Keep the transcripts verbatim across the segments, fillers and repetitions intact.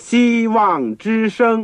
希望之声。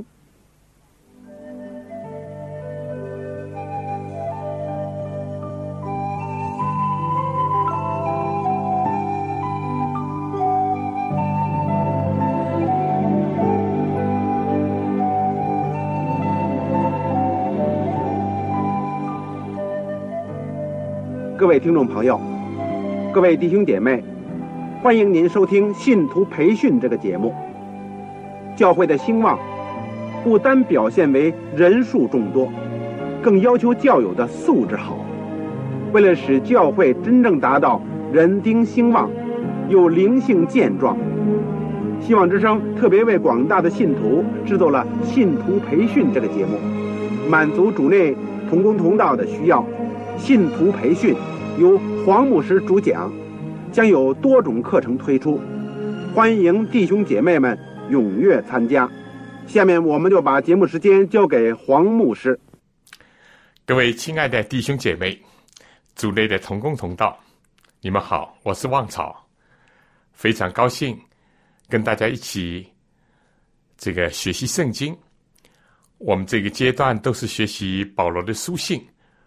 各位听众朋友，各位弟兄姐妹，欢迎您收听信徒培训这个节目。教会的兴旺不单表现为人数众多，更要求教友的素质好。为了使教会真正达到人丁兴旺又灵性健壮，希望之声特别为广大的信徒制作了信徒培训这个节目，满足主内同工同道的需要。信徒培训由黄牧师主讲，将有多种课程推出，欢迎弟兄姐妹们踊跃参加。下面我们就把节目时间交给黄牧师。 各位亲爱的弟兄姐妹，主内的同工同道，你们好，我是旺草，非常高兴跟大家一起这个学习圣经。我们这个阶段都是学习保罗的书信，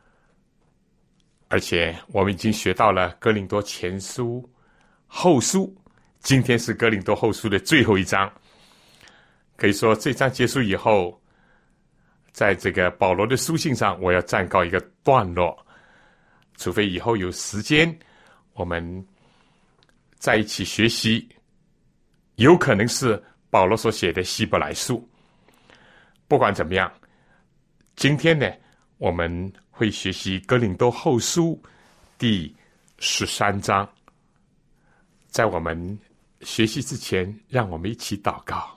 而且我们已经学到了哥林多前书、后书，今天是哥林多后书的最后一章。可以说这章结束以后，在这个保罗的书信上我要暂告一个段落，除非以后有时间我们在一起学习，有可能是保罗所写的希伯来书。不管怎么样，今天呢我们会学习哥林多后书第十三章。在我们学习之前，让我们一起祷告。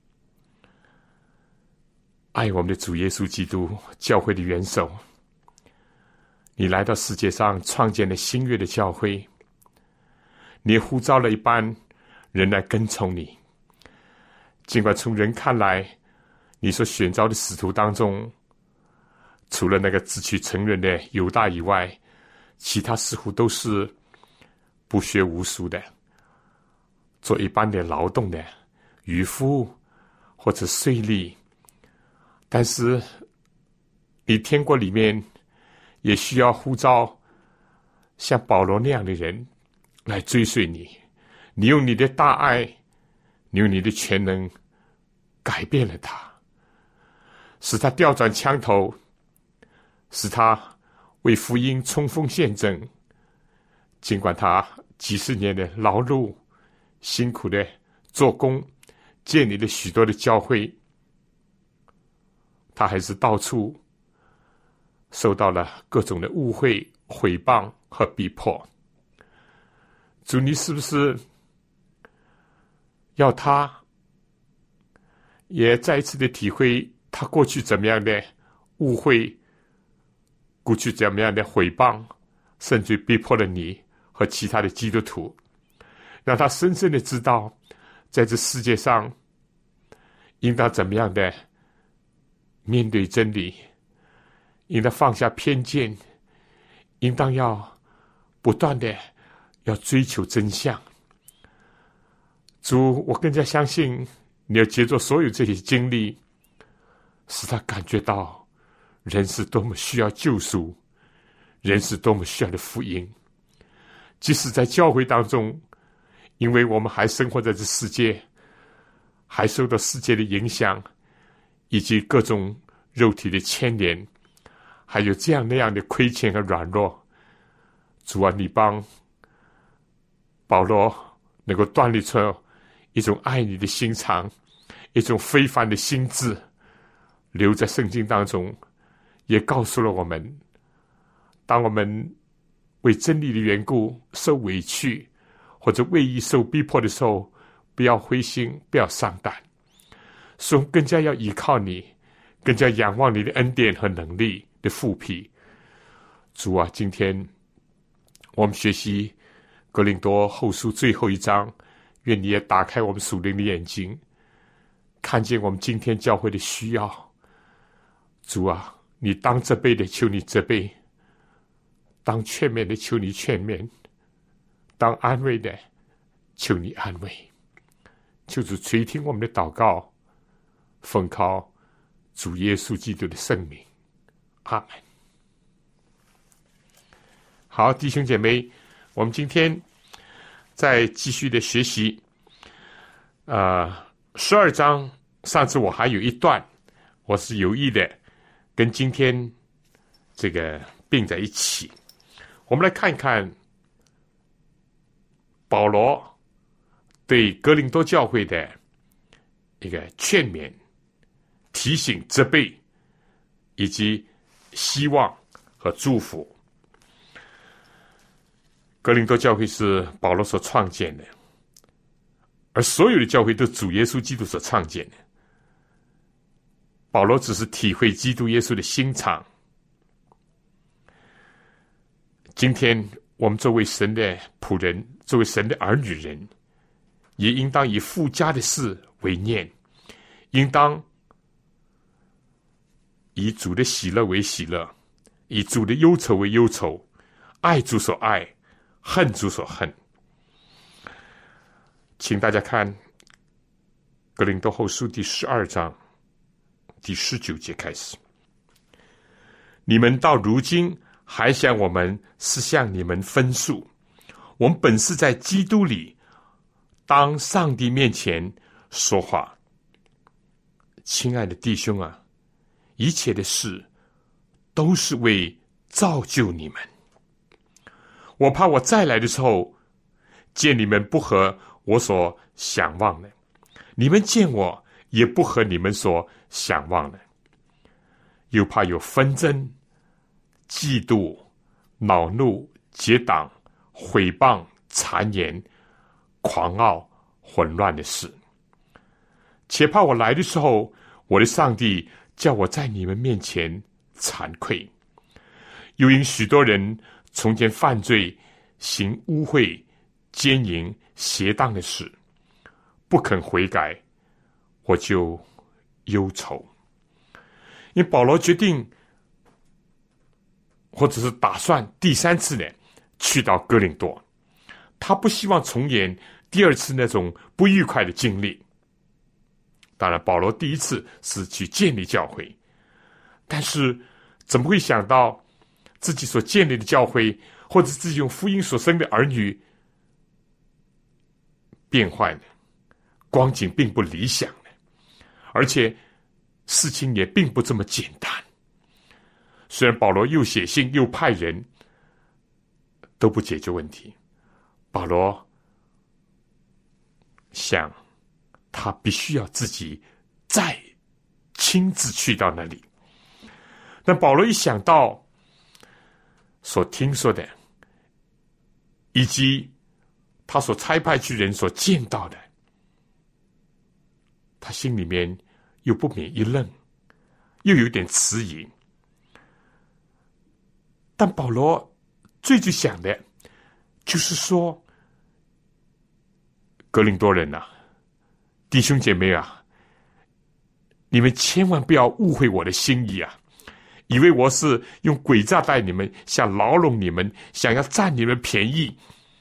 爱我们的主耶稣基督，教会的元首，你来到世界上创建了新约的教会，你呼召了一班人来跟从你。尽管从人看来，你所选召的使徒当中，除了那个自取成人的犹大以外，其他似乎都是不学无术的，做一般的劳动的渔夫或者税吏。但是你天国里面也需要呼召像保罗那样的人来追随你。你用你的大爱，你用你的全能改变了他，使他调转枪头，使他为福音冲锋陷阵。尽管他几十年的劳碌辛苦的做工，建立了许多的教会，他还是到处受到了各种的误会、毁谤和逼迫。主，你是不是要他也再一次的体会他过去怎么样的误会，过去怎么样的毁谤，甚至逼迫了你和其他的基督徒，让他深深的知道在这世界上应当怎么样的面对真理，应当放下偏见，应当要不断的要追求真相。主，我更加相信你要借助所有这些经历，使他感觉到人是多么需要救赎，人是多么需要的福音。即使在教会当中，因为我们还生活在这世界，还受到世界的影响，以及各种肉体的牵连，还有这样那样的亏欠和软弱。主啊，你帮保罗能够锻炼出一种爱你的心肠，一种非凡的心智，留在圣经当中，也告诉了我们，当我们为真理的缘故受委屈，或者为义受逼迫的时候，不要灰心，不要丧胆，所以更加要依靠你，更加仰望你的恩典和能力的复辟。主啊，今天我们学习哥林多后书最后一章，愿你也打开我们属灵的眼睛，看见我们今天教会的需要。主啊，你当责备的求你责备，当劝勉的求你劝勉，当安慰的求你安慰。求主垂听我们的祷告， 奉靠主耶稣基督的圣名，阿们。好，弟兄姐妹，我们今天再继续的学习，呃，十二章。上次我还有一段，我是有意的跟今天这个并在一起。我们来看一看保罗对哥林多教会的一个劝勉、提醒、责备，以及希望和祝福。哥林多教会是保罗所创建的，而所有的教会都是主耶稣基督所创建的。保罗只是体会基督耶稣的心肠。今天我们作为神的仆人，作为神的儿女人，也应当以父家的事为念，应当以主的喜乐为喜乐，以主的忧愁为忧愁，爱主所爱，恨主所恨。请大家看哥林多后书第十二章第十九节开始，你们到如今还想我们是向你们分诉，我们本是在基督里当上帝面前说话。亲爱的弟兄啊，一切的事都是为造就你们。我怕我再来的时候，见你们不合我所想望的，你们见我也不合你们所想望的，又怕有纷争、嫉妒、恼怒、结党、毁谤、谗言、狂傲、混乱的事。且怕我来的时候，我的上帝叫我在你们面前惭愧。又因许多人从前犯罪，行污秽、奸淫、邪荡的事，不肯悔改，我就忧愁。因为保罗决定，或者是打算第三次呢，去到哥林多，他不希望重演第二次那种不愉快的经历。当然，保罗第一次是去建立教会，但是怎么会想到自己所建立的教会，或者自己用福音所生的儿女变坏呢？光景并不理想呢，而且事情也并不这么简单。虽然保罗又写信又派人，都不解决问题。保罗想，他必须要自己再亲自去到那里。但保罗一想到所听说的，以及他所差派去人所见到的，他心里面又不免一愣，又有点迟疑。但保罗最最想的就是说，哥林多人啊，弟兄姐妹啊，你们千万不要误会我的心意啊，以为我是用诡诈待你们，想牢笼你们，想要占你们便宜。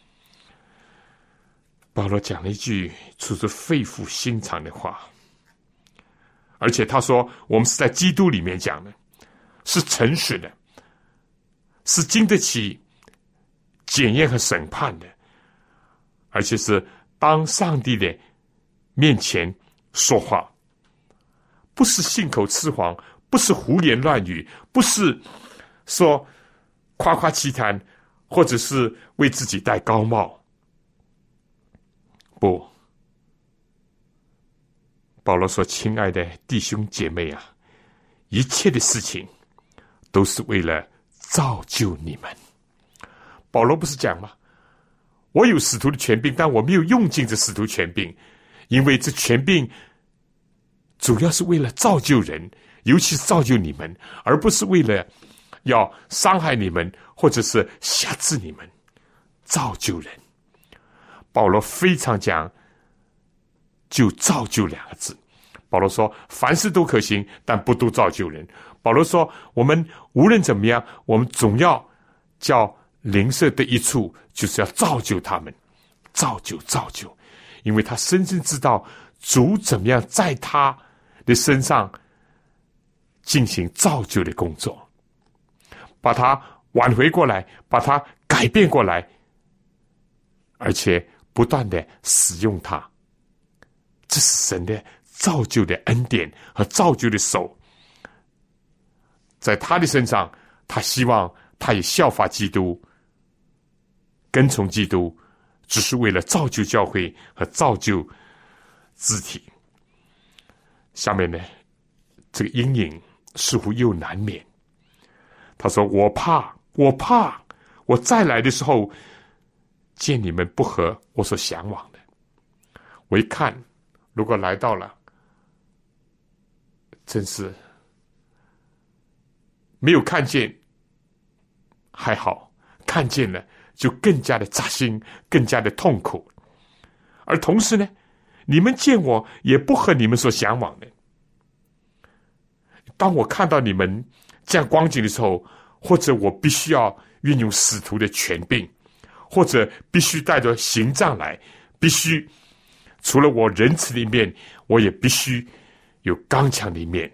保罗讲了一句出自肺腑心肠的话，而且他说我们是在基督里面讲的，是诚实的，是经得起检验和审判的，而且是当上帝的面前说话，不是信口雌黄，不是胡言乱语，不是说夸夸其谈，或者是为自己戴高帽。不，保罗说，亲爱的弟兄姐妹啊，一切的事情都是为了造就你们。保罗不是讲吗？我有使徒的权柄，但我没有用尽这使徒权柄，因为这权柄主要是为了造就人，尤其是造就你们，而不是为了要伤害你们，或者是辖制你们。造就人，保罗非常讲就造就两个字。保罗说凡事都可行，但不都造就人。保罗说我们无论怎么样，我们总要叫邻舍的一处，就是要造就他们，造就造就，因为他深深知道主怎么样在他的的身上进行造就的工作，把它挽回过来，把它改变过来，而且不断的使用它。这是神的造就的恩典和造就的手，在他的身上，他希望他也效法基督，跟从基督，只是为了造就教会和造就肢体。下面呢，这个阴影似乎又难免。他说：“我怕，我怕，我再来的时候，见你们不合我所向往的。我一看，如果来到了，真是没有看见还好，看见了就更加的扎心，更加的痛苦。而同时呢，你们见我也不合你们所向往的。当我看到你们这样光景的时候，或者我必须要运用使徒的权柄，或者必须带着行杖来，必须除了我仁慈的一面，我也必须有刚强的一面。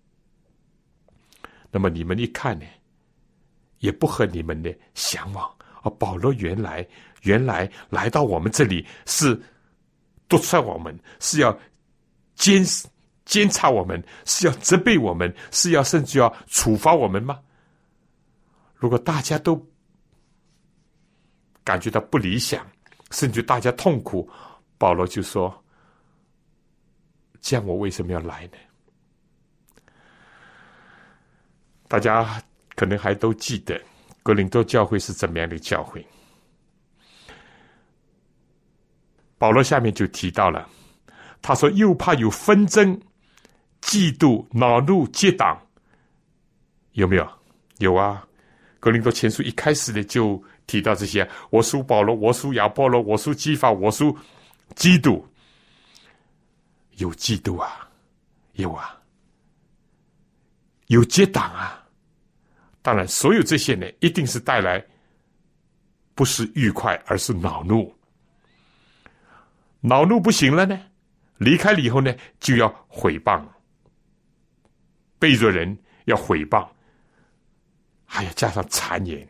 那么你们一看呢，也不合你们的向往。而保罗原来原来来到我们这里是督促我们，是要监监察我们，是要责备我们，是要甚至要处罚我们吗？如果大家都感觉到不理想，甚至大家痛苦，保罗就说：这样我为什么要来呢？大家可能还都记得哥林多教会是怎么样的教会。保罗下面就提到了，他说又怕有纷争、嫉妒、恼怒、结党。有没有？有啊。哥林多前书一开始的就提到这些，我属保罗，我属亚波罗，我属基法，我属基督。有嫉妒啊，有啊，有结党啊。当然所有这些呢，一定是带来不是愉快，而是恼怒。恼怒不行了呢，离开了以后呢，就要毁谤，背着人要毁谤，还要加上谗言，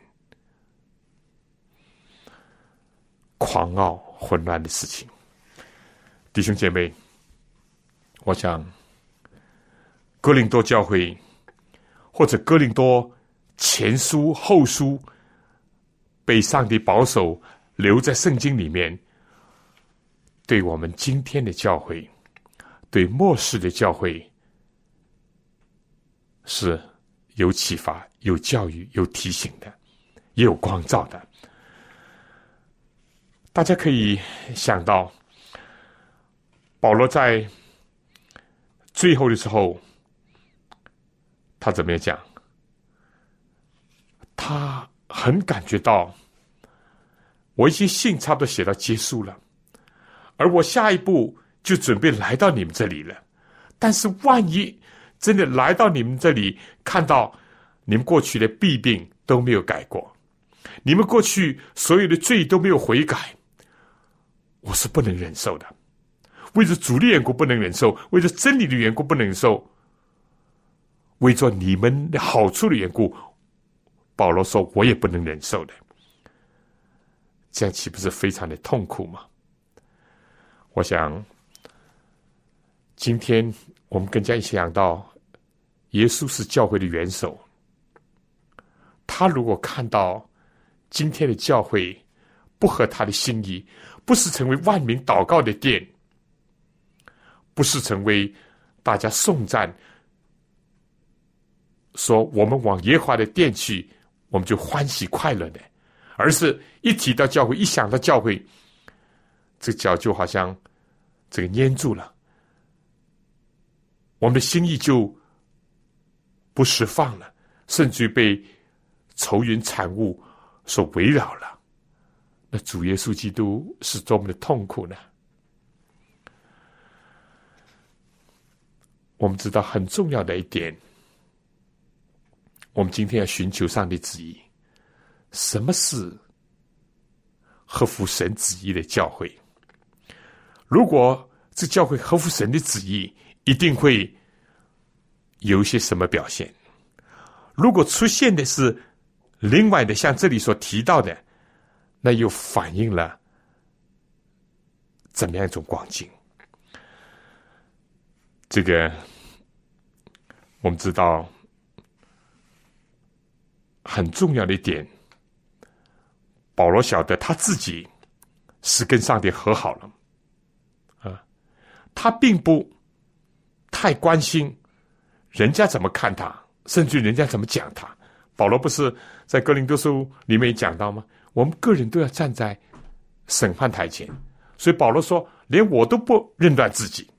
狂傲混乱的事情。弟兄姐妹，我想哥林多教会或者哥林多前书后书被上帝保守留在圣经里面，对我们今天的教会，对末世的教会是有启发、有教育、有提醒的，也有光照的。大家可以想到保罗在最后的时候他怎么样讲？他很感觉到我已经信差不多写到结束了，而我下一步就准备来到你们这里了。但是万一真的来到你们这里，看到你们过去的弊病都没有改过，你们过去所有的罪都没有悔改，我是不能忍受的。为着主的缘故不能忍受，为着真理的缘故不能忍受，为着你们的好处的缘故，保罗说我也不能忍受的。这样岂不是非常的痛苦吗？我想今天我们更加想到耶稣是教会的元首，他如果看到今天的教会不合他的心意，不是成为万民祷告的殿，不是成为大家颂赞说我们往耶和华的殿去我们就欢喜快乐的，而是一提到教会，一想到教会，这脚就好像这个粘住了，我们的心意就不释放了，甚至于被愁云惨雾所围绕了。那主耶稣基督是多么的痛苦呢？我们知道很重要的一点，我们今天要寻求上帝旨意。什么是合乎神旨意的教会？如果这教会合乎神的旨意，一定会有一些什么表现？如果出现的是另外的，像这里所提到的，那又反映了怎么样一种光景？这个我们知道很重要的一点，保罗晓得他自己是跟上帝和好了啊，他并不太关心人家怎么看他，甚至人家怎么讲他。保罗不是在哥林多书里面讲到吗？我们个人都要站在审判台前，所以保罗说连我都不认断自己。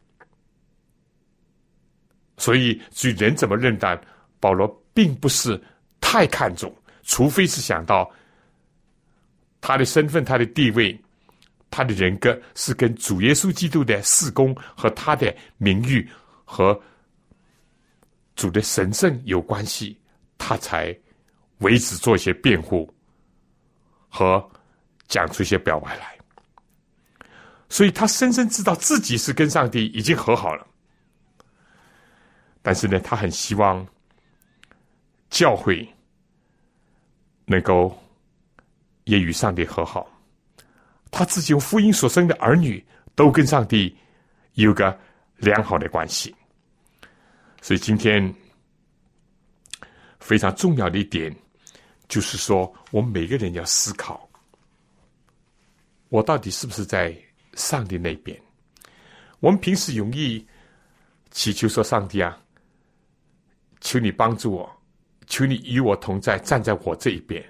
所以至于人怎么认断，保罗并不是太看重，除非是想到他的身份、他的地位、他的人格是跟主耶稣基督的事工和他的名誉和主的神圣有关系，他才为此做一些辩护和讲出一些表白来。所以他深深知道自己是跟上帝已经和好了，但是呢，他很希望教会能够也与上帝和好，他自己用福音所生的儿女都跟上帝有个良好的关系。所以今天非常重要的一点就是说，我们每个人要思考，我到底是不是在上帝那边？我们平时容易祈求说，上帝啊，求你帮助我，求你与我同在，站在我这一边。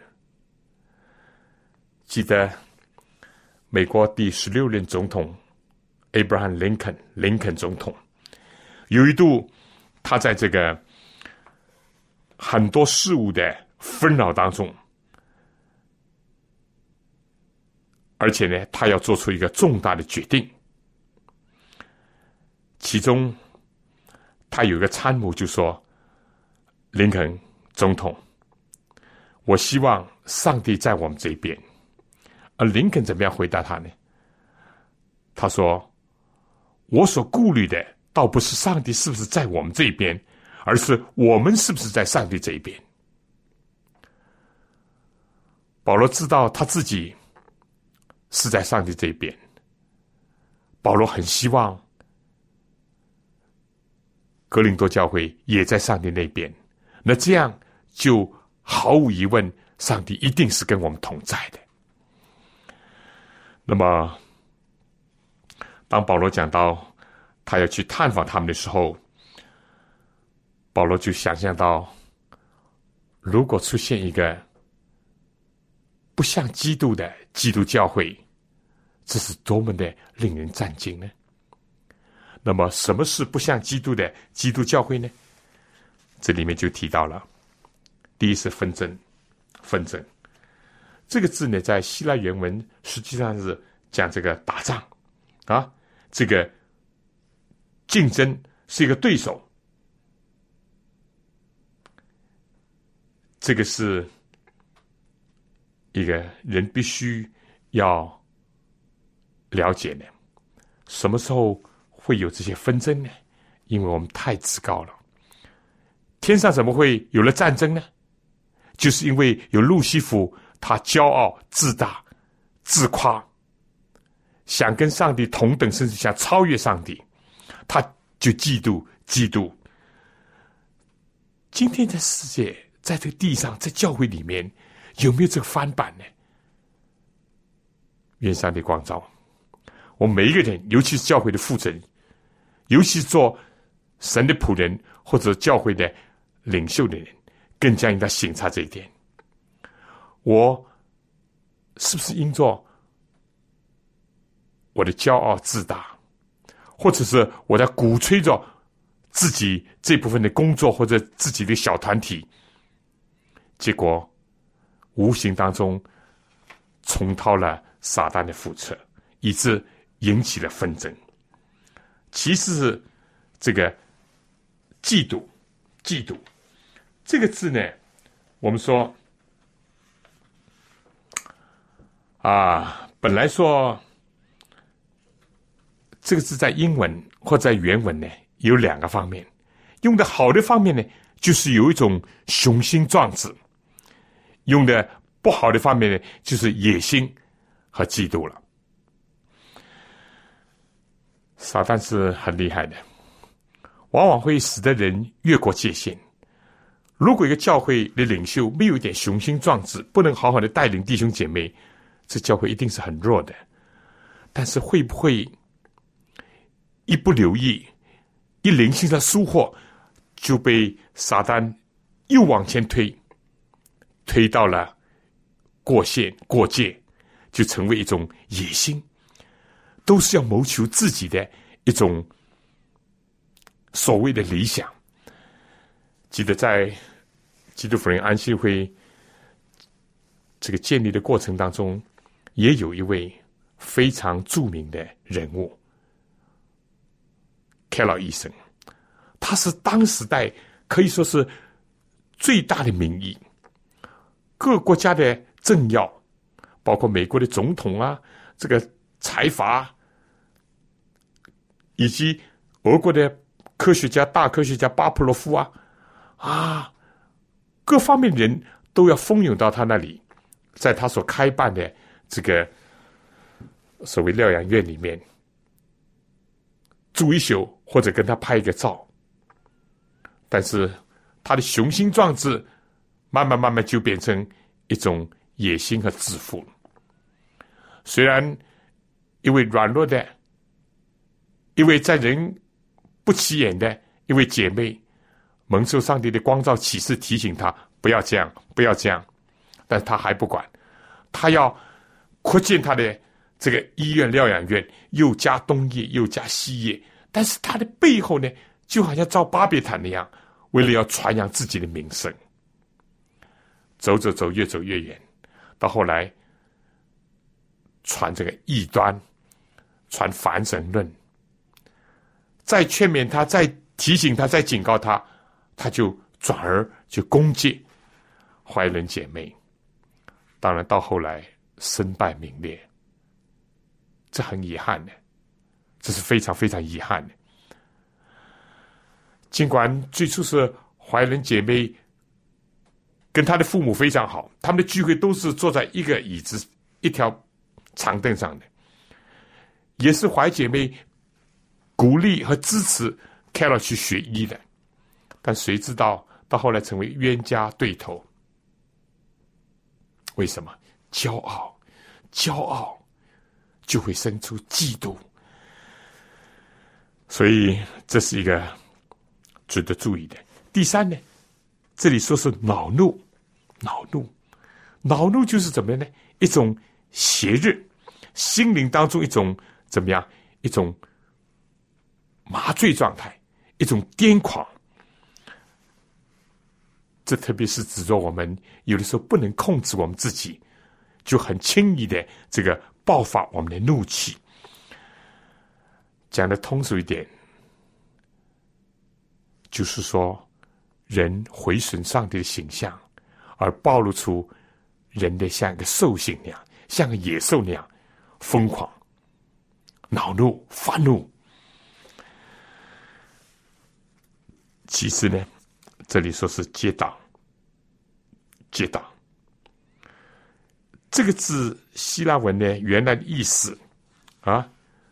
记得美国第十六任总统 Abraham Lincoln 林肯总统，有一度他在这个很多事物的纷扰当中，而且呢，他要做出一个重大的决定。其中他有一个参谋就说，林肯总统，我希望上帝在我们这边。而林肯怎么样回答他呢？他说，我所顾虑的倒不是上帝是不是在我们这边，而是我们是不是在上帝这一边。保罗知道他自己是在上帝这一边，保罗很希望哥林多教会也在上帝那边，那这样就毫无疑问，上帝一定是跟我们同在的。那么当保罗讲到他要去探访他们的时候，保罗就想象到，如果出现一个不像基督的基督教会，这是多么的令人战惊呢？那么什么是不像基督的基督教会呢？这里面就提到了，第一是纷争，纷争这个字呢，在希腊原文实际上是讲这个打仗啊，这个竞争是一个对手，这个是一个人必须要了解的。什么时候会有这些纷争呢？因为我们太自高了。天上怎么会有了战争呢？就是因为有路西弗，他骄傲自大自夸，想跟上帝同等，甚至想超越上帝，他就嫉妒嫉妒。今天的世界，在这个地上，在教会里面，有没有这个翻版呢？愿上帝光照我们每一个人，尤其是教会的负责人，尤其是做神的仆人或者教会的领袖的人，更加应该省察这一点。我是不是因着我的骄傲自大，或者是我在鼓吹着自己这部分的工作或者自己的小团体，结果无形当中重蹈了撒旦的覆辙，以致引起了纷争。其实是这个嫉妒，嫉妒这个字呢，我们说啊，本来说这个字在英文或在原文呢有两个方面， 用的好的方面呢，就是有一种雄心壮志；用的不好的方面呢，就是野心和嫉妒了。撒旦是很厉害的，往往会使得人越过界限。如果一个教会的领袖没有一点雄心壮志，不能好好的带领弟兄姐妹，这教会一定是很弱的。但是会不会一不留意，一灵性上疏忽，就被撒旦又往前推，推到了过线过界，就成为一种野心，都是要谋求自己的一种所谓的理想。记得在基督福音安息会这个建立的过程当中，也有一位非常著名的人物凯劳医生，他是当时代可以说是最大的名医，各国家的政要，包括美国的总统啊，这个财阀，以及俄国的科学家大科学家巴甫洛夫啊啊，各方面的人都要蜂拥到他那里，在他所开办的这个所谓疗养院里面住一宿，或者跟他拍一个照。但是他的雄心壮志慢慢慢慢就变成一种野心和自负。虽然一位软弱的，一位在人不起眼的一位姐妹，蒙受上帝的光照启示提醒他不要这样不要这样，但是他还不管，他要扩建他的这个医院疗养院，又加东叶又加西叶，但是他的背后呢，就好像造巴别塔那样，为了要传扬自己的名声，走走走越走越远，到后来传这个异端，传反神论，再劝勉他，再提醒他，再警告他，他就转而就攻击怀伦姐妹。当然到后来身败名裂，这很遗憾的，这是非常非常遗憾的。尽管最初是怀伦姐妹跟她的父母非常好，他们的聚会都是坐在一个椅子一条长凳上的，也是怀姐妹鼓励和支持凯勒去学医的，但谁知道到后来成为冤家对头。为什么？骄傲，骄傲就会生出嫉妒，所以这是一个值得注意的。第三呢，这里说是恼怒，恼怒，恼怒就是怎么样呢？一种邪热，心灵当中一种怎么样？一种麻醉状态，一种癫狂。这特别是指着我们有的时候不能控制我们自己，就很轻易的这个爆发我们的怒气。讲的通俗一点，就是说人毁损上帝的形象，而暴露出人的像个兽性那样，像个野兽那样疯狂、恼怒、发怒。其实呢，这里说是结党，结党这个字希腊文呢，原来的意思啊，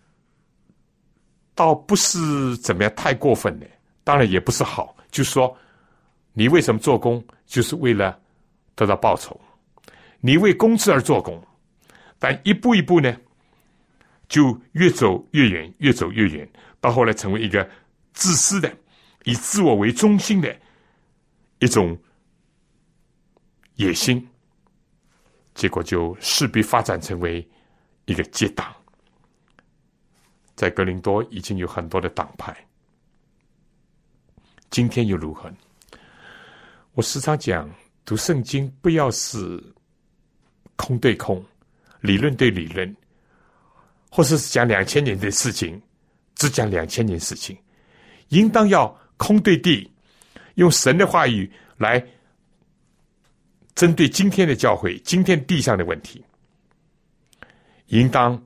倒不是怎么样太过分的，当然也不是好，就是说你为什么做工，就是为了得到报酬，你为公职而做工，但一步一步呢，就越走越远，越走越远，到后来成为一个自私的，以自我为中心的一种野心，结果就势必发展成为一个结党。在哥林多已经有很多的党派，今天又如何？我时常讲，读圣经不要是空对空，理论对理论，或者是讲两千年的事情，只讲两千年事情，应当要空对地，用神的话语来针对今天的教会，今天地上的问题，应当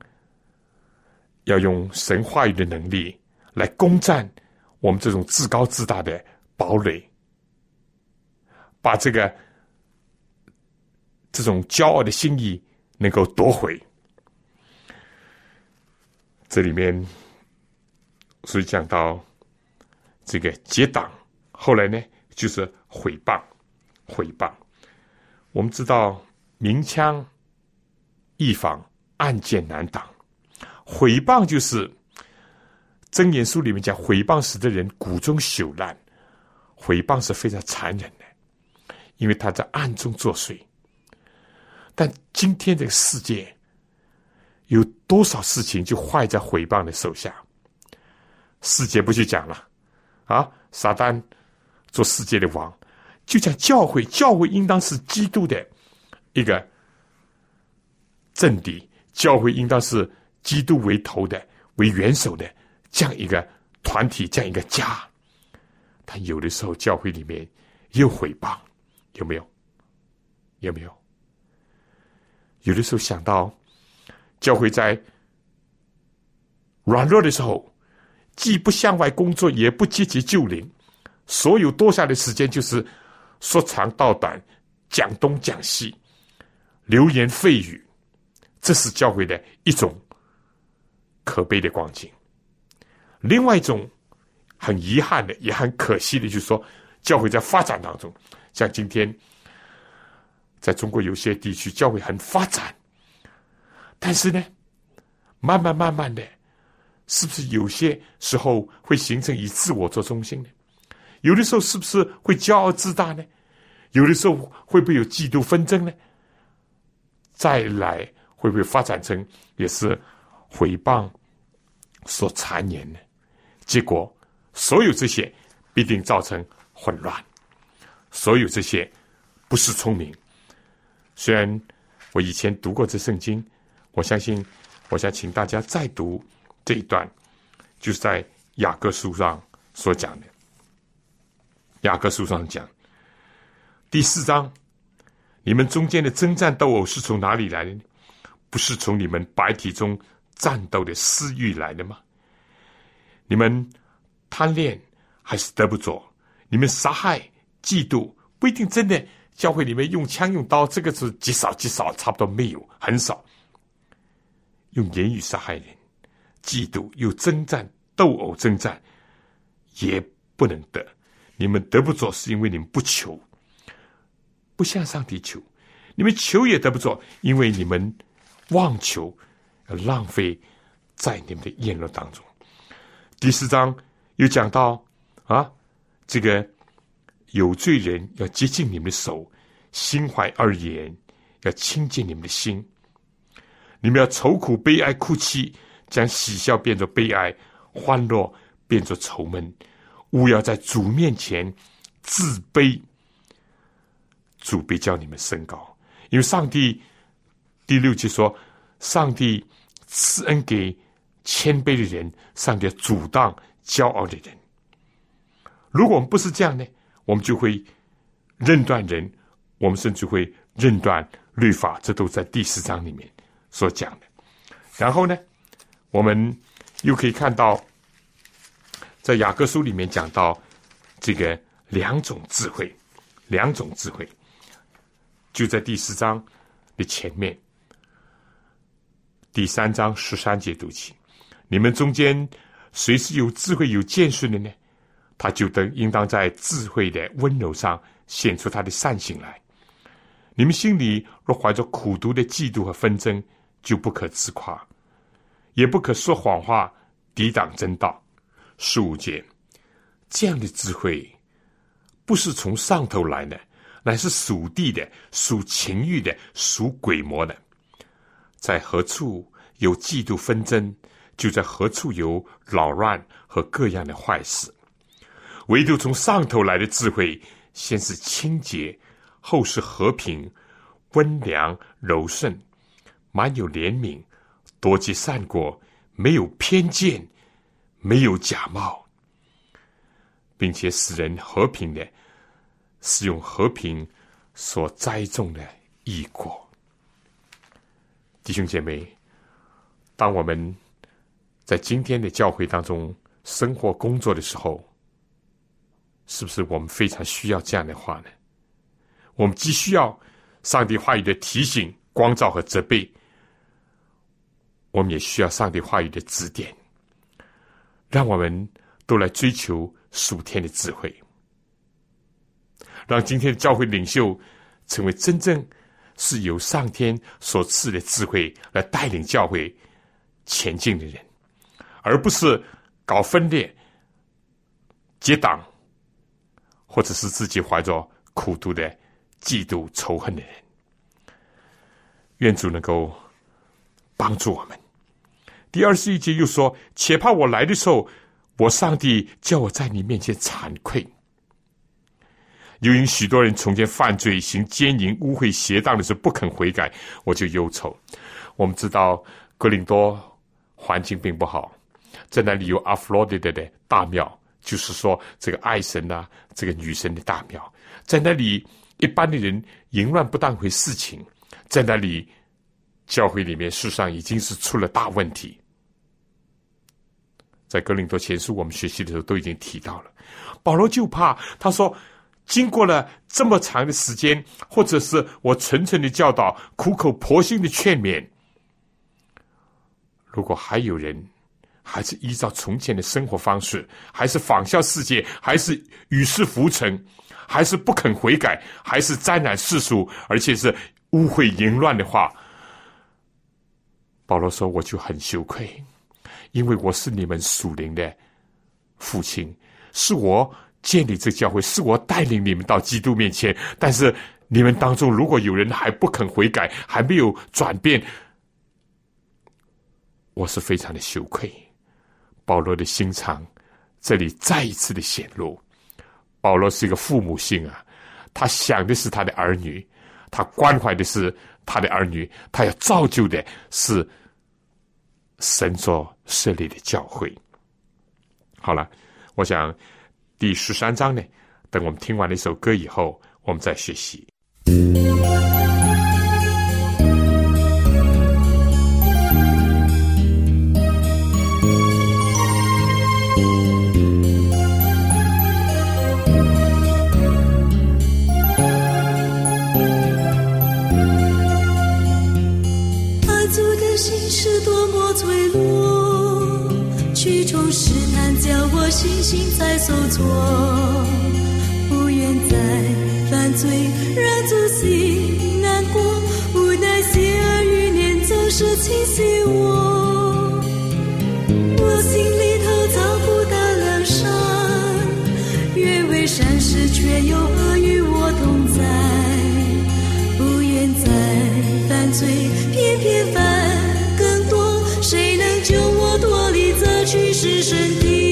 要用神话语的能力来攻占我们这种自高自大的堡垒，把这个这种骄傲的心意能够夺回。这里面所以讲到这个结党，后来呢就是毁谤，毁谤。我们知道明枪易防，暗箭难挡。毁谤就是箴言书里面讲，毁谤使得人骨中朽烂。毁谤是非常残忍的，因为他在暗中作祟。但今天这个世界有多少事情就坏在毁谤的手下？世界不去讲了啊，撒旦做世界的王，就讲教会，教会应当是基督的一个阵地，教会应当是基督为头的、为元首的这样一个团体，这样一个家。但有的时候教会里面又毁谤，有没有？有没有？有的时候想到教会在软弱的时候，既不向外工作，也不积极救灵，所有多下的时间就是说长道短，讲东讲西，流言蜚语，这是教会的一种可悲的光景。另外一种很遗憾的，也很可惜的，就是说教会在发展当中，像今天在中国有些地区教会很发展，但是呢慢慢慢慢的，是不是有些时候会形成以自我做中心呢？有的时候是不是会骄傲自大呢？有的时候会不会有嫉妒纷争呢？再来会不会发展成也是毁谤所谗言呢？结果所有这些必定造成混乱，所有这些不是聪明。虽然我以前读过这圣经，我相信我想请大家再读这一段，就是在雅各书上所讲的。雅各书上讲第四章，你们中间的征战斗殴是从哪里来的呢？不是从你们白体中战斗的私欲来的吗？你们贪恋还是得不着？你们杀害嫉妒，不一定真的教会里面用枪用刀，这个是极少极少，差不多没有，很少。用言语杀害人，嫉妒又征战斗殴征战，也不能得。你们得不着，是因为你们不求，不向上帝求。你们求也得不着，因为你们妄求，浪费在你们的宴乐当中。第四章又讲到啊，这个有罪人要接近你们的手，心怀恶言，要亲近你们的心。你们要愁苦悲哀哭泣，将喜笑变作悲哀，欢乐变作愁闷。勿要在主面前自卑，主必叫你们升高。因为上帝第六节说，上帝赐恩给谦卑的人，上帝阻挡骄傲的人。如果我们不是这样呢，我们就会认断人，我们甚至会认断律法，这都在第四章里面所讲的。然后呢，我们又可以看到在雅各书里面讲到这个两种智慧，两种智慧就在第四章的前面，第三章十三节读起。你们中间谁是有智慧有见识的呢？他就得应当在智慧的温柔上显出他的善行来。你们心里若怀着苦毒的嫉妒和纷争，就不可自夸，也不可说谎话抵挡真道。十五节，这样的智慧不是从上头来的，乃是属地的，属情欲的，属鬼魔的。在何处有嫉妒纷争，就在何处有扰乱和各样的坏事。唯独从上头来的智慧，先是清洁，后是和平，温良柔顺，满有怜悯，多结善果，没有偏见，没有假冒，并且使人和平的，是用和平所栽种的义果。弟兄姐妹，当我们在今天的教会当中生活工作的时候， 是不是我们非常需要这样的话呢？我们既需要上帝话语的提醒、光照和责备，我们也需要上帝话语的指点，让我们都来追求属天的智慧，让今天的教会领袖成为真正是由上天所赐的智慧来带领教会前进的人，而不是搞分裂、结党，或者是自己怀着苦毒的嫉妒仇恨的人。愿主能够帮助我们。第二十一节又说，且怕我来的时候，我上帝叫我在你面前惭愧。又因许多人从前犯罪、行奸淫、污秽、邪荡的时候不肯悔改，我就忧愁。我们知道哥林多环境并不好，在那里有阿弗洛狄特的大庙，就是说这个爱神啊，这个女神的大庙。在那里一般的人淫乱不当回事情，在那里教会里面事实上已经是出了大问题。在哥林多前书我们学习的时候都已经提到了，保罗就怕，他说经过了这么长的时间，或者是我纯纯的教导、苦口婆心的劝勉，如果还有人还是依照从前的生活方式，还是仿效世界，还是与世浮沉，还是不肯悔改，还是沾染世俗，而且是污秽淫乱的话，保罗说我就很羞愧，因为我是你们属灵的父亲，是我建立这教会，是我带领你们到基督面前，但是你们当中如果有人还不肯悔改，还没有转变，我是非常的羞愧。保罗的心肠这里再一次的显露，保罗是一个父母性啊，他想的是他的儿女，他关怀的是他的儿女，他要造就的是神所设立的教会。好了，我想第十三章呢，等我们听完那首歌以后，我们再学习。 爱主的心是多么脆弱，曲中试探叫我信心在受挫，不愿再犯罪，让主心难过，无奈邪恶欲念总是侵袭我，我心里头找不到良善，愿为善事却有恶与我同在，不愿再犯罪，偏偏犯更多，谁能救我脱离这趋势身体？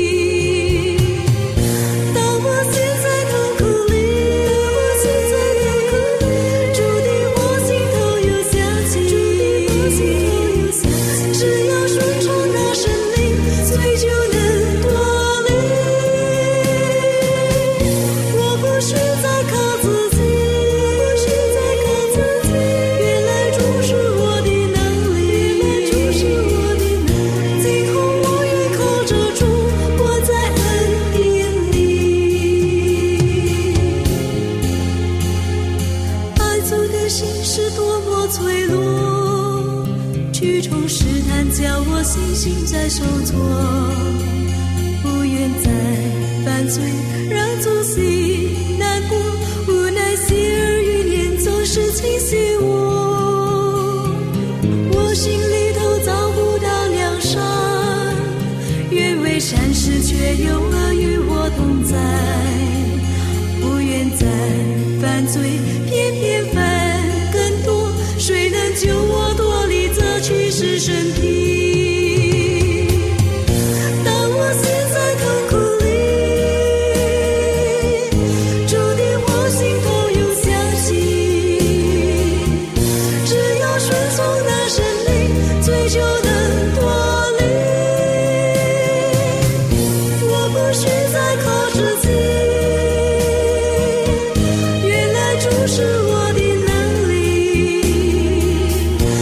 信心在受挫，不愿再犯罪，让主心难过，无奈邪恶欲念总是侵袭我，我心里头找不到良善，愿为善事却有恶与我同在，不愿再犯罪，偏偏犯更多，谁能救我脱离这趋势身体？是我的能力，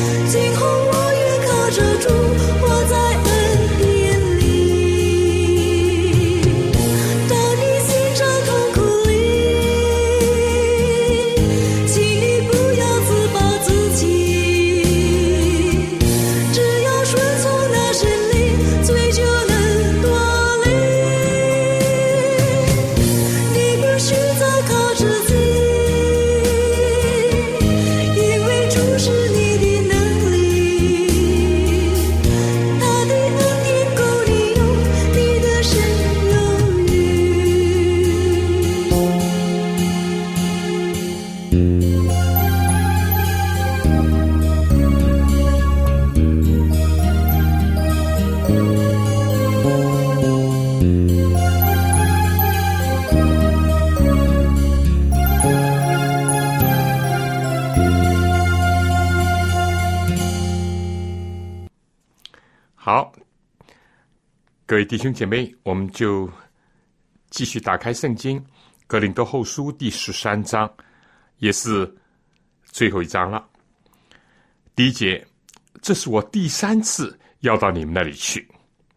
各位弟兄姐妹，我们就继续打开圣经哥林多后书第十三章，也是最后一章了。第一节，这是我第三次要到你们那里去，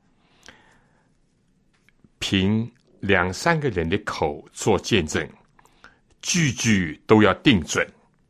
凭两三个人的口做见证，句句都要定准。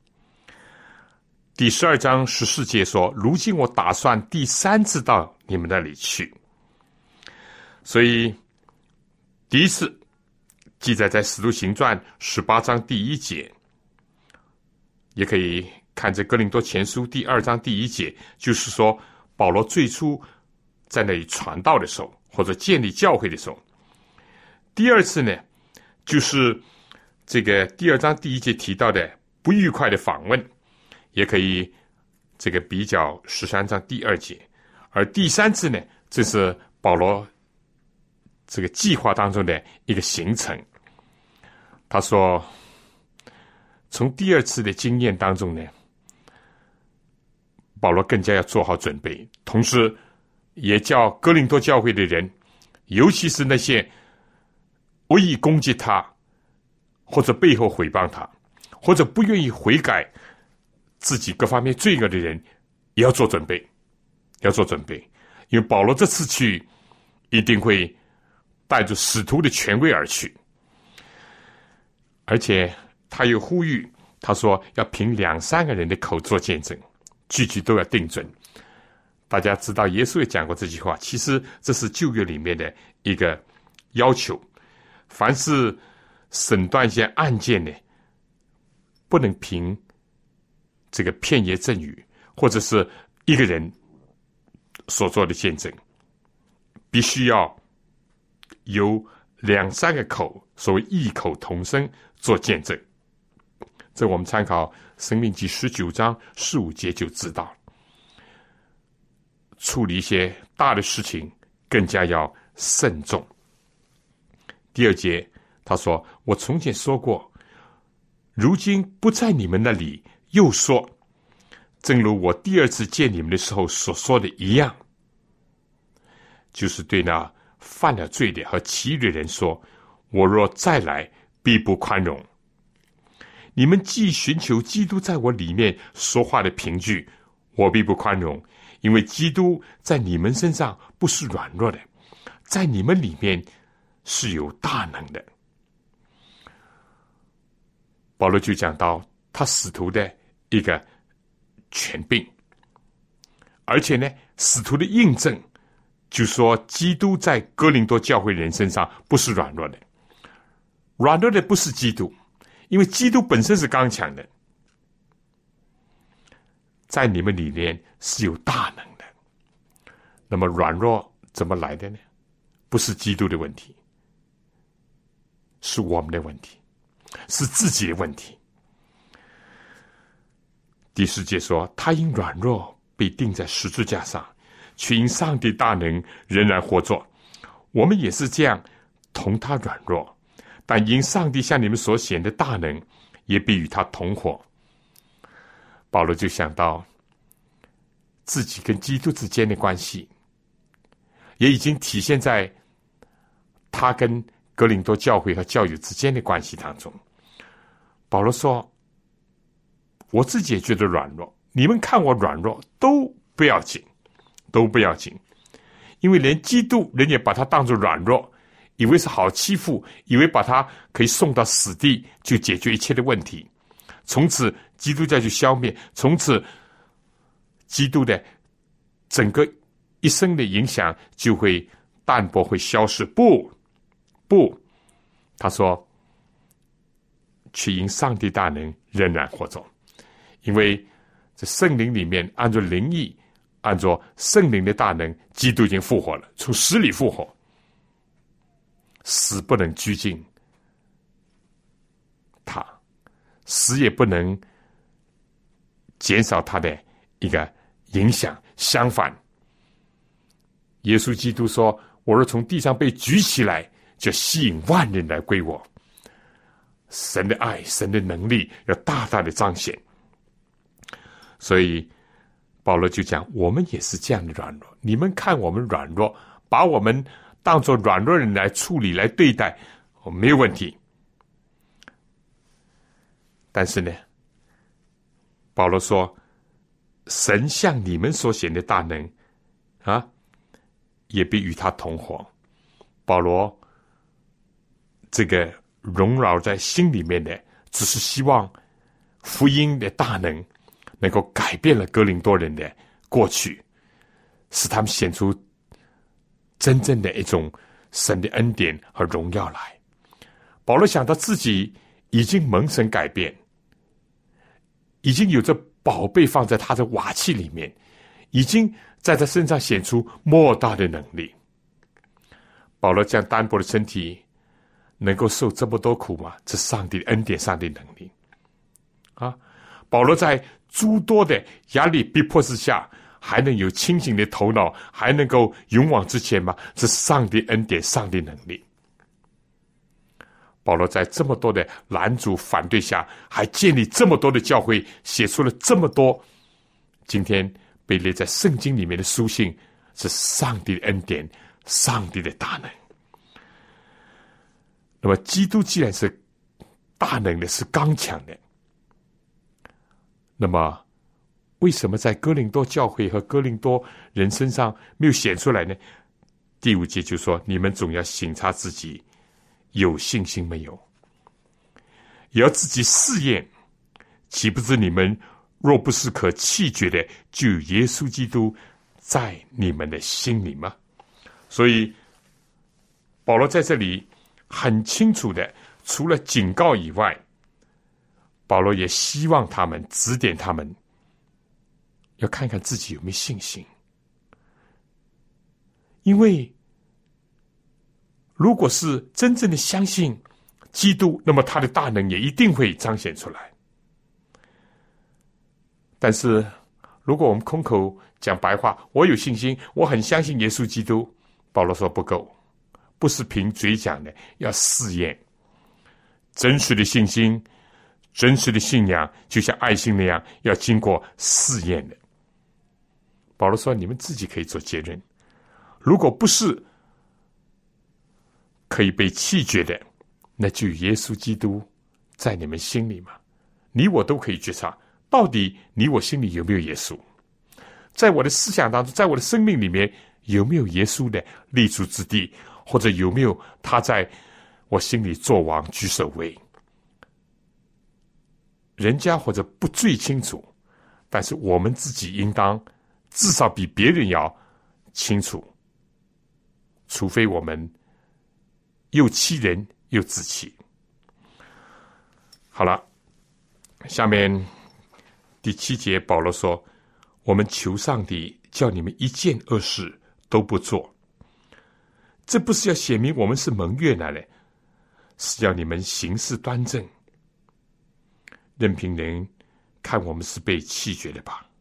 第十二章十四节说，如今我打算第三次到你们那里去。所以第一次记载在使徒行传十八章第一节，也可以看这哥林多前书第二章第一节，就是说保罗最初在那里传道的时候，或者建立教会的时候。第二次呢，就是这个第二章第一节提到的不愉快的访问，也可以这个比较十三章第二节。而第三次呢，这是保罗这个计划当中的一个行程。他说，从第二次的经验当中呢，保罗更加要做好准备，同时也叫哥林多教会的人，尤其是那些恶意攻击他，或者背后诽谤他，或者不愿意悔改自己各方面罪恶的人，也要做准备，要做准备。因为保罗这次去一定会带着使徒的权威而去，而且他又呼吁，他说要凭两三个人的口做见证，句句都要定准。大家知道耶稣也讲过这句话，其实这是旧约里面的一个要求，凡是审断一些案件呢，不能凭这个片言赠语或者是一个人所做的见证，必须要由两三个口，所谓异口同声做见证。这我们参考《申命记》十九章十五节就知道，处理一些大的事情更加要慎重。第二节他说，我从前说过，如今不在你们那里，又说，正如我第二次见你们的时候所说的一样，就是对那犯了罪的和其余的人说，我若再来，必不宽容。你们既寻求基督在我里面说话的凭据，我必不宽容，因为基督在你们身上不是软弱的，在你们里面是有大能的。保罗就讲到他使徒的一个权柄，而且呢，使徒的印证就说基督在哥林多教会人身上不是软弱的，软弱的不是基督，因为基督本身是刚强的，在你们里面是有大能的。那么软弱怎么来的呢？不是基督的问题，是我们的问题，是自己的问题。第十节说，他因软弱被钉在十字架上，却因上帝大能仍然活着。我们也是这样，同他软弱，但因上帝向你们所显的大能，也必与他同活。保罗就想到自己跟基督之间的关系，也已经体现在他跟哥林多教会和教友之间的关系当中。保罗说，我自己也觉得软弱，你们看我软弱都不要紧，都不要紧，因为连基督人也把他当作软弱，以为是好欺负，以为把他可以送到死地就解决一切的问题，从此基督教就消灭，从此基督的整个一生的影响就会淡薄，会消失。不不，他说却因上帝大能仍然活着，因为这圣灵里面按照灵意，按照圣灵的大能，基督已经复活了，从死里复活，死不能拘禁他，死也不能减少他的一个影响。相反，耶稣基督说，我若从地上被举起来，就吸引万人来归我。神的爱，神的能力要大大的彰显。所以保罗就讲，我们也是这样的软弱，你们看我们软弱，把我们当作软弱人来处理、来对待，哦，没有问题。但是呢，保罗说，神向你们所显的大能啊，也必与他同活。保罗这个荣扰在心里面的，只是希望福音的大能能够改变了哥林多人的过去，使他们显出真正的一种神的恩典和荣耀来。保罗想到自己已经蒙神改变，已经有着宝贝放在他的瓦器里面，已经在他身上显出莫大的能力。保罗将单薄的身体能够受这么多苦吗？这上帝的恩典，上帝的能力啊！保罗在诸多的压力逼迫之下，还能有清醒的头脑，还能够勇往直前吗？这上帝恩典，上帝能力。保罗在这么多的拦阻反对下，还建立这么多的教会，写出了这么多今天被列在圣经里面的书信，是上帝的恩典，上帝的大能。那么基督既然是大能的，是刚强的，那么为什么在哥林多教会和哥林多人身上没有显出来呢？第五节就说，你们总要省察自己有信心没有，也要自己试验，岂不知你们若不是可弃绝的，就有耶稣基督在你们的心里吗？所以保罗在这里很清楚的，除了警告以外，保罗也希望他们指点他们，要看看自己有没有信心。因为如果是真正的相信基督，那么他的大能也一定会彰显出来。但是如果我们空口讲白话，我有信心，我很相信耶稣基督，保罗说不够，不是凭嘴讲的，要试验。真实的信心，真实的信仰，就像爱心那样，要经过试验的。保罗说，你们自己可以做结论，如果不是可以被弃绝的，那就耶稣基督在你们心里嘛。你我都可以觉察，到底你我心里有没有耶稣？在我的思想当中，在我的生命里面，有没有耶稣的立足之地，或者有没有他在我心里做王居首位？人家或者不最清楚，但是我们自己应当至少比别人要清楚，除非我们又欺人又自欺。好了，下面第七节保罗说，我们求上帝叫你们一件恶事都不做。这不是要显明我们是蒙悦纳的，是要你们行事端正，任凭人看我们是被弃绝的吧。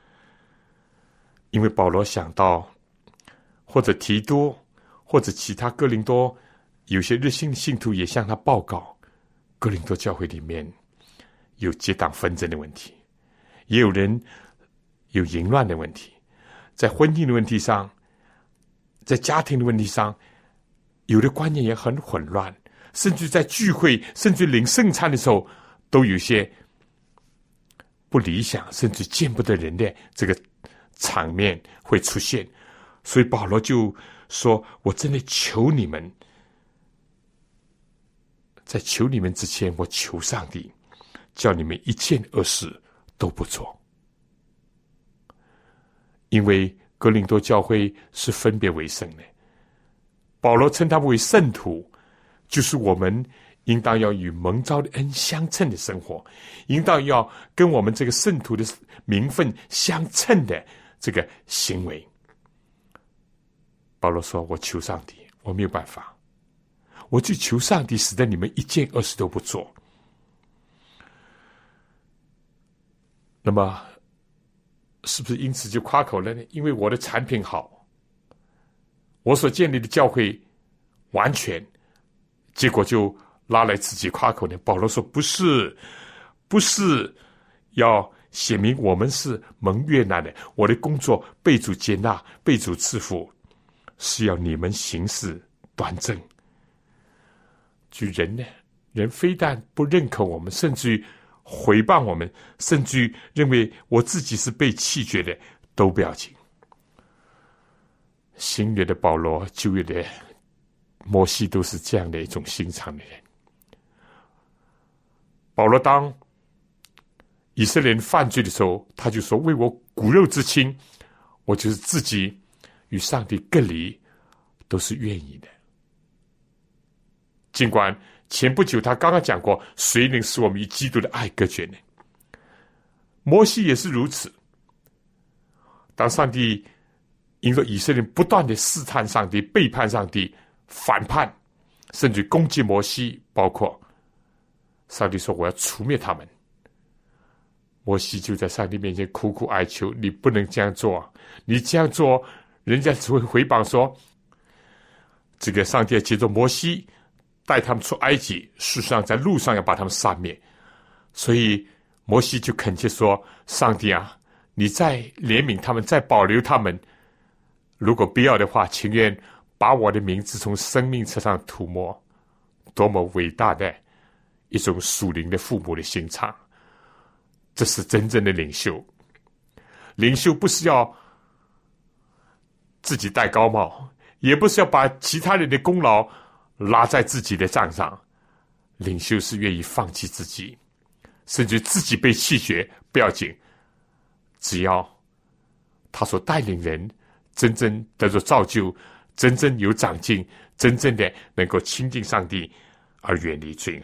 因为保罗想到，或者提多，或者其他哥林多有些热心的信徒也向他报告，哥林多教会里面有结党纷争的问题，也有人有淫乱的问题，在婚姻的问题上，在家庭的问题上，有的观念也很混乱，甚至在聚会，甚至领圣餐的时候，都有些不理想，甚至见不得人的这个场面会出现。所以保罗就说，我真的求你们，在求你们之前，我求上帝叫你们一件恶事都不做。因为哥林多教会是分别为圣的，保罗称他们为圣徒，就是我们应当要与蒙召的恩相称的生活，应当要跟我们这个圣徒的名分相称的这个行为。保罗说，我求上帝，我没有办法，我就求上帝使得你们一件恶事都不做。那么是不是因此就夸口了呢？因为我的产品好，我所建立的教会完全，结果就拉来自己夸口呢？保罗说，不是，不是要显明我们是蒙悦纳的，我的工作被主接纳，被主赐福， 是要你们行事端正。据人呢，人非但不认可我们，甚至于毁谤我们，甚至于认为我自己是被弃绝的，都不要紧。新约的保罗，旧约的摩西都是这样的一种心肠的人。保罗当以色列人犯罪的时候，他就说：为我骨肉之亲，我就是自己与上帝隔离，都是愿意的。尽管前不久他刚刚讲过，谁能使我们与基督的爱隔绝呢？摩西也是如此。当上帝因为以色列人不断的试探上帝、背叛上帝、反叛，甚至攻击摩西，包括上帝说我要除灭他们，摩西就在上帝面前苦苦哀求：你不能这样做，你这样做人家只会回谤说这个上帝要借着摩西带他们出埃及，事实上在路上要把他们杀灭。所以摩西就恳切说：上帝啊，你再怜悯他们，再保留他们，如果必要的话，情愿把我的名字从生命册上涂抹。多么伟大的一种属灵的父母的心肠，这是真正的领袖。领袖不是要自己戴高帽，也不是要把其他人的功劳拉在自己的账上，领袖是愿意放弃自己，甚至自己被弃绝不要紧，只要他所带领人真正得到造就，真正有长进，真正的能够亲近上帝而远离罪恶。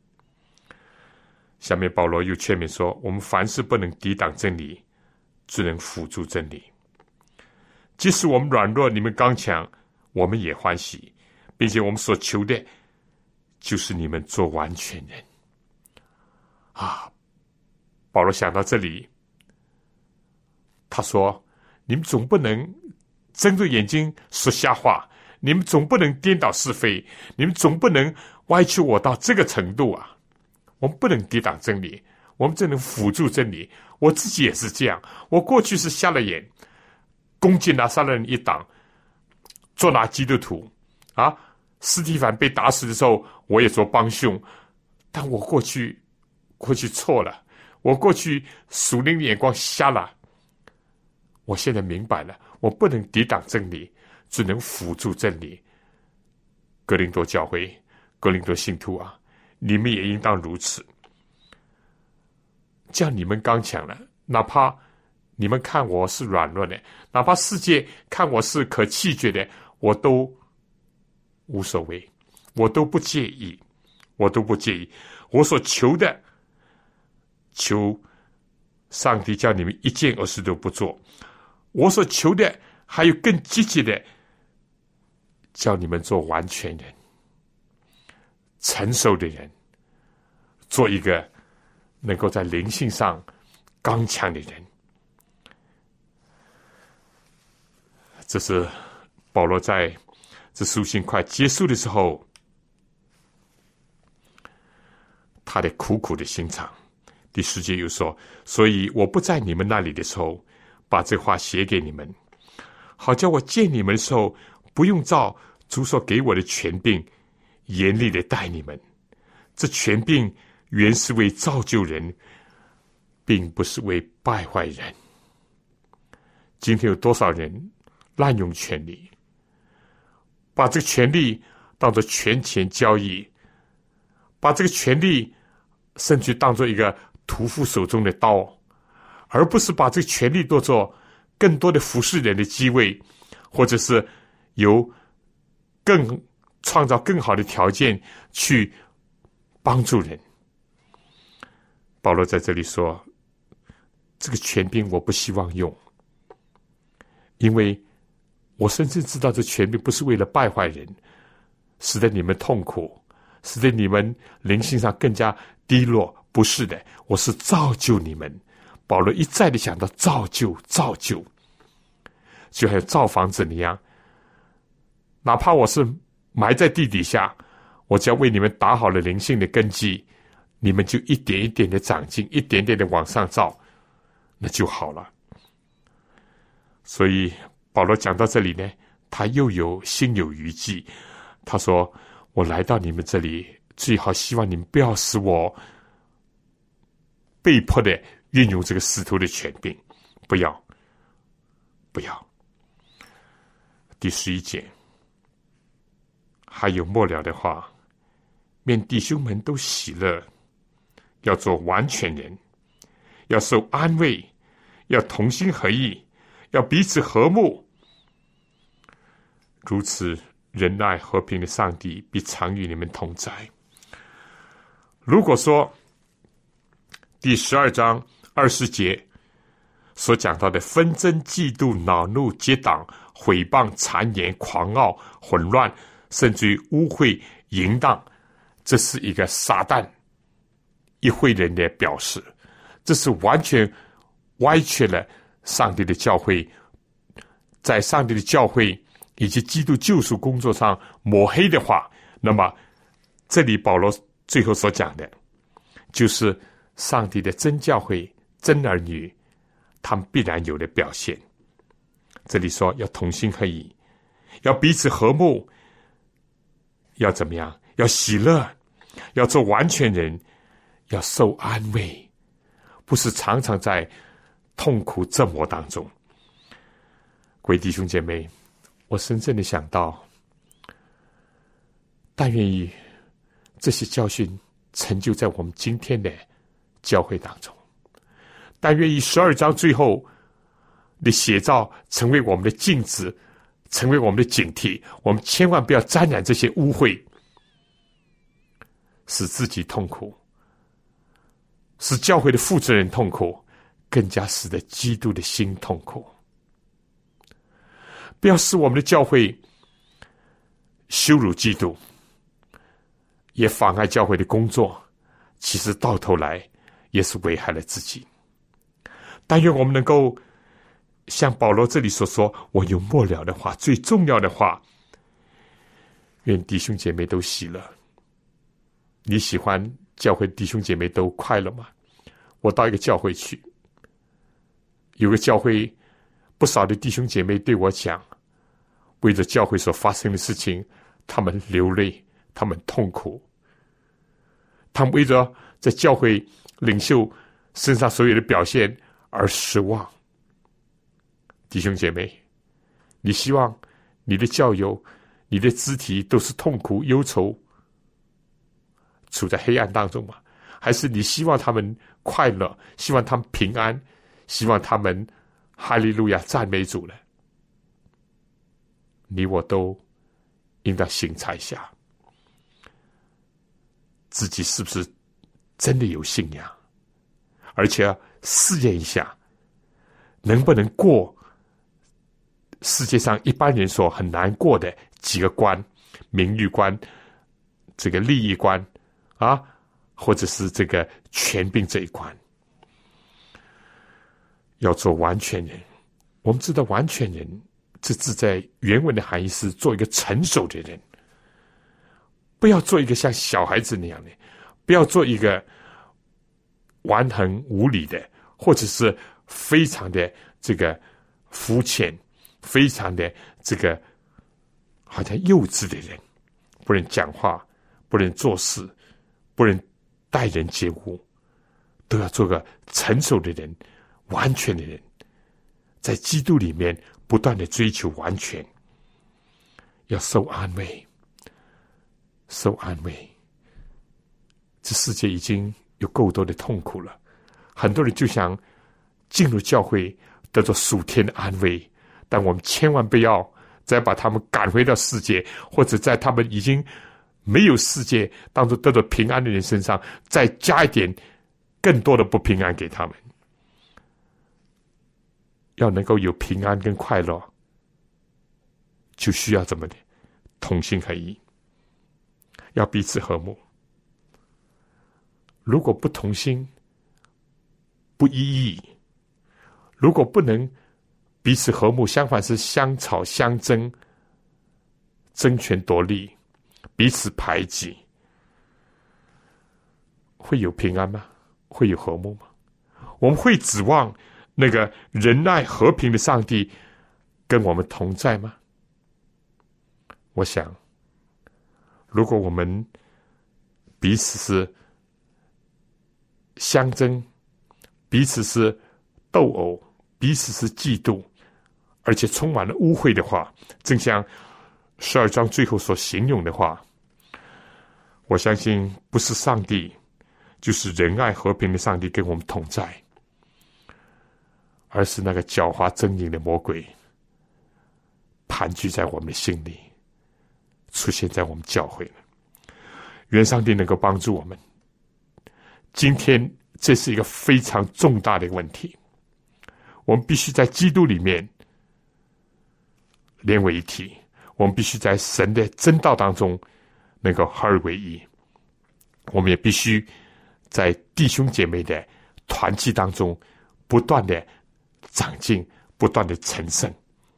下面保罗又劝勉说：我们凡事不能抵挡真理，只能辅助真理。即使我们软弱，你们刚强，我们也欢喜，并且我们所求的就是你们做完全人。啊，保罗想到这里，他说：你们总不能睁着眼睛说瞎话，你们总不能颠倒是非，你们总不能歪曲我到这个程度啊！我们不能抵挡真理，我们只能辅助真理。我自己也是这样，我过去是瞎了眼，攻击拿撒勒人一党，捉拿基督徒啊！司提反被打死的时候，我也做帮凶，但我过去过去错了，我过去属灵的眼光瞎了。我现在明白了，我不能抵挡真理，只能辅助真理。哥林多教会、哥林多信徒啊，你们也应当如此。这样你们刚强了，哪怕你们看我是软弱的，哪怕世界看我是可弃绝的，我都无所谓，我都不介意，我都不介意。我所求的，求上帝叫你们一件恶事都不做。我所求的还有更积极的，叫你们做完全人，成熟的人，做一个能够在灵性上刚强的人。这是保罗在这书信快结束的时候，他的苦苦的心肠。第十节又说：所以我不在你们那里的时候，把这话写给你们，好叫我见你们的时候，不用照主所给我的权柄严厉的待你们。这权柄原是为造就人，并不是为败坏人。今天有多少人滥用权力，把这个权力当作权钱交易，把这个权力甚至当作一个屠夫手中的刀，而不是把这个权力当作更多的服侍人的机会，或者是由更创造更好的条件去帮助人。保罗在这里说，这个权柄我不希望用，因为我深深知道这权柄不是为了败坏人，使得你们痛苦，使得你们灵性上更加低落，不是的，我是造就你们。保罗一再的想到造就造就，就好像造房子一样，哪怕我是埋在地底下，我只要为你们打好了灵性的根基，你们就一点一点的长进，一点点的往上造，那就好了。所以保罗讲到这里呢， 他又有心有余悸。他说：“我来到你们这里，最好希望你们不要使我被迫的运用这个使徒的权柄，不要，不要。”第十一节，还有末了的话，愿弟兄们都喜乐，要做完全人，要受安慰，要同心合意，要彼此和睦。如此仁爱和平的上帝必常与你们同在。如果说第十二章二十节所讲到的纷争、嫉妒、恼怒、结党、毁谤、谗言、狂傲、混乱，甚至于污秽、淫荡，这是一个撒旦一会人的表示，这是完全歪曲了上帝的教会，在上帝的教会以及基督救赎工作上抹黑的话，那么这里保罗最后所讲的就是上帝的真教会、真儿女他们必然有的表现。这里说要同心合意，要彼此和睦，要怎么样？要喜乐，要做完全人，要受安慰，不是常常在痛苦折磨当中。各位弟兄姐妹，我深深的想到，但愿意这些教训成就在我们今天的教会当中，但愿意十二章最后的写照成为我们的镜子，成为我们的警惕，我们千万不要沾染这些污秽，使自己痛苦，使教会的负责人痛苦，更加使得基督的心痛苦。不要使我们的教会羞辱基督，也妨碍教会的工作，其实到头来也是危害了自己。但愿我们能够像保罗这里所说，我有末了的话，最重要的话，愿弟兄姐妹都喜乐。你喜欢教会弟兄姐妹都快乐吗？我到一个教会去，有个教会不少的弟兄姐妹对我讲，为着教会所发生的事情，他们流泪，他们痛苦，他们为着在教会领袖身上所有的表现而失望。弟兄姐妹，你希望你的教友、你的肢体都是痛苦、忧愁、处在黑暗当中吗？还是你希望他们快乐，希望他们平安，希望他们哈利路亚赞美主呢？你我都应当省察一下，自己是不是真的有信仰，而且要试验一下，能不能过世界上一般人所很难过的几个关，名誉关、这个利益关啊，或者是这个权柄这一关。要做完全人。我们知道完全人这字在原文的含义是做一个成熟的人，不要做一个像小孩子那样的，不要做一个顽横无理的，或者是非常的这个肤浅，非常的这个好像幼稚的人，不能讲话，不能做事，不能待人接物，都要做个成熟的人，完全的人，在基督里面不断的追求完全，要受安慰，受安慰。这世界已经有够多的痛苦了，很多人就想进入教会得到属天的安慰，但我们千万不要再把他们赶回到世界，或者在他们已经没有世界当中得到平安的人身上再加一点更多的不平安给他们。要能够有平安跟快乐，就需要怎么的同心合一，要彼此和睦。如果不同心，不一意，如果不能彼此和睦，相反是相吵相争，争权夺利，彼此排挤，会有平安吗？会有和睦吗？我们会指望那个仁爱和平的上帝跟我们同在吗？ 我想，如果我们彼此是相争，彼此是斗殴，彼此是嫉妒，而且充满了污秽的话，正像十二章最后所形容的话，我相信不是上帝，就是仁爱和平的上帝跟我们同在，而是那个狡猾狰狞的魔鬼盘踞在我们的心里，出现在我们教会了。愿上帝能够帮助我们。今天这是一个非常重大的问题，我们必须在基督里面连为一体，我们必须在神的真道当中能够合而为一，我们也必须在弟兄姐妹的团契当中不断的长进，不断的成圣。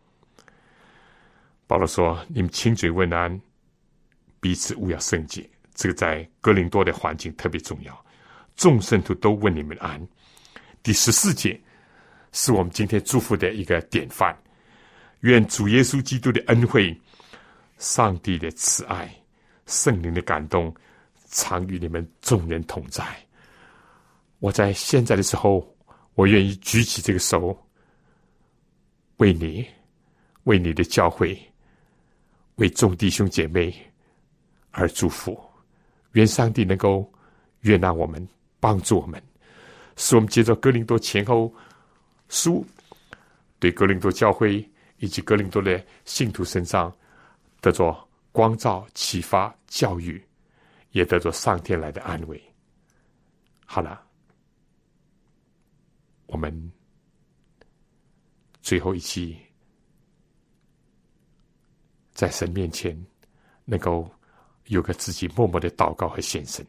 保罗说，你们亲嘴问安，彼此务要圣洁，这个在哥林多的环境特别重要，众圣徒都问你们安。第十四节是我们今天祝福的一个典范，愿主耶稣基督的恩惠、上帝的慈爱、圣灵的感动常与你们众人同在。我在现在的时候，我愿意举起这个手，为你，为你的教会，为众弟兄姐妹而祝福。愿上帝能够悦纳我们，帮助我们，使我们接着哥林多前后书对哥林多教会以及哥林多的信徒身上得着光照、启发、教育，也得着上天来的安慰。好了，我们最后一期在神面前能够有个自己默默的祷告和献身。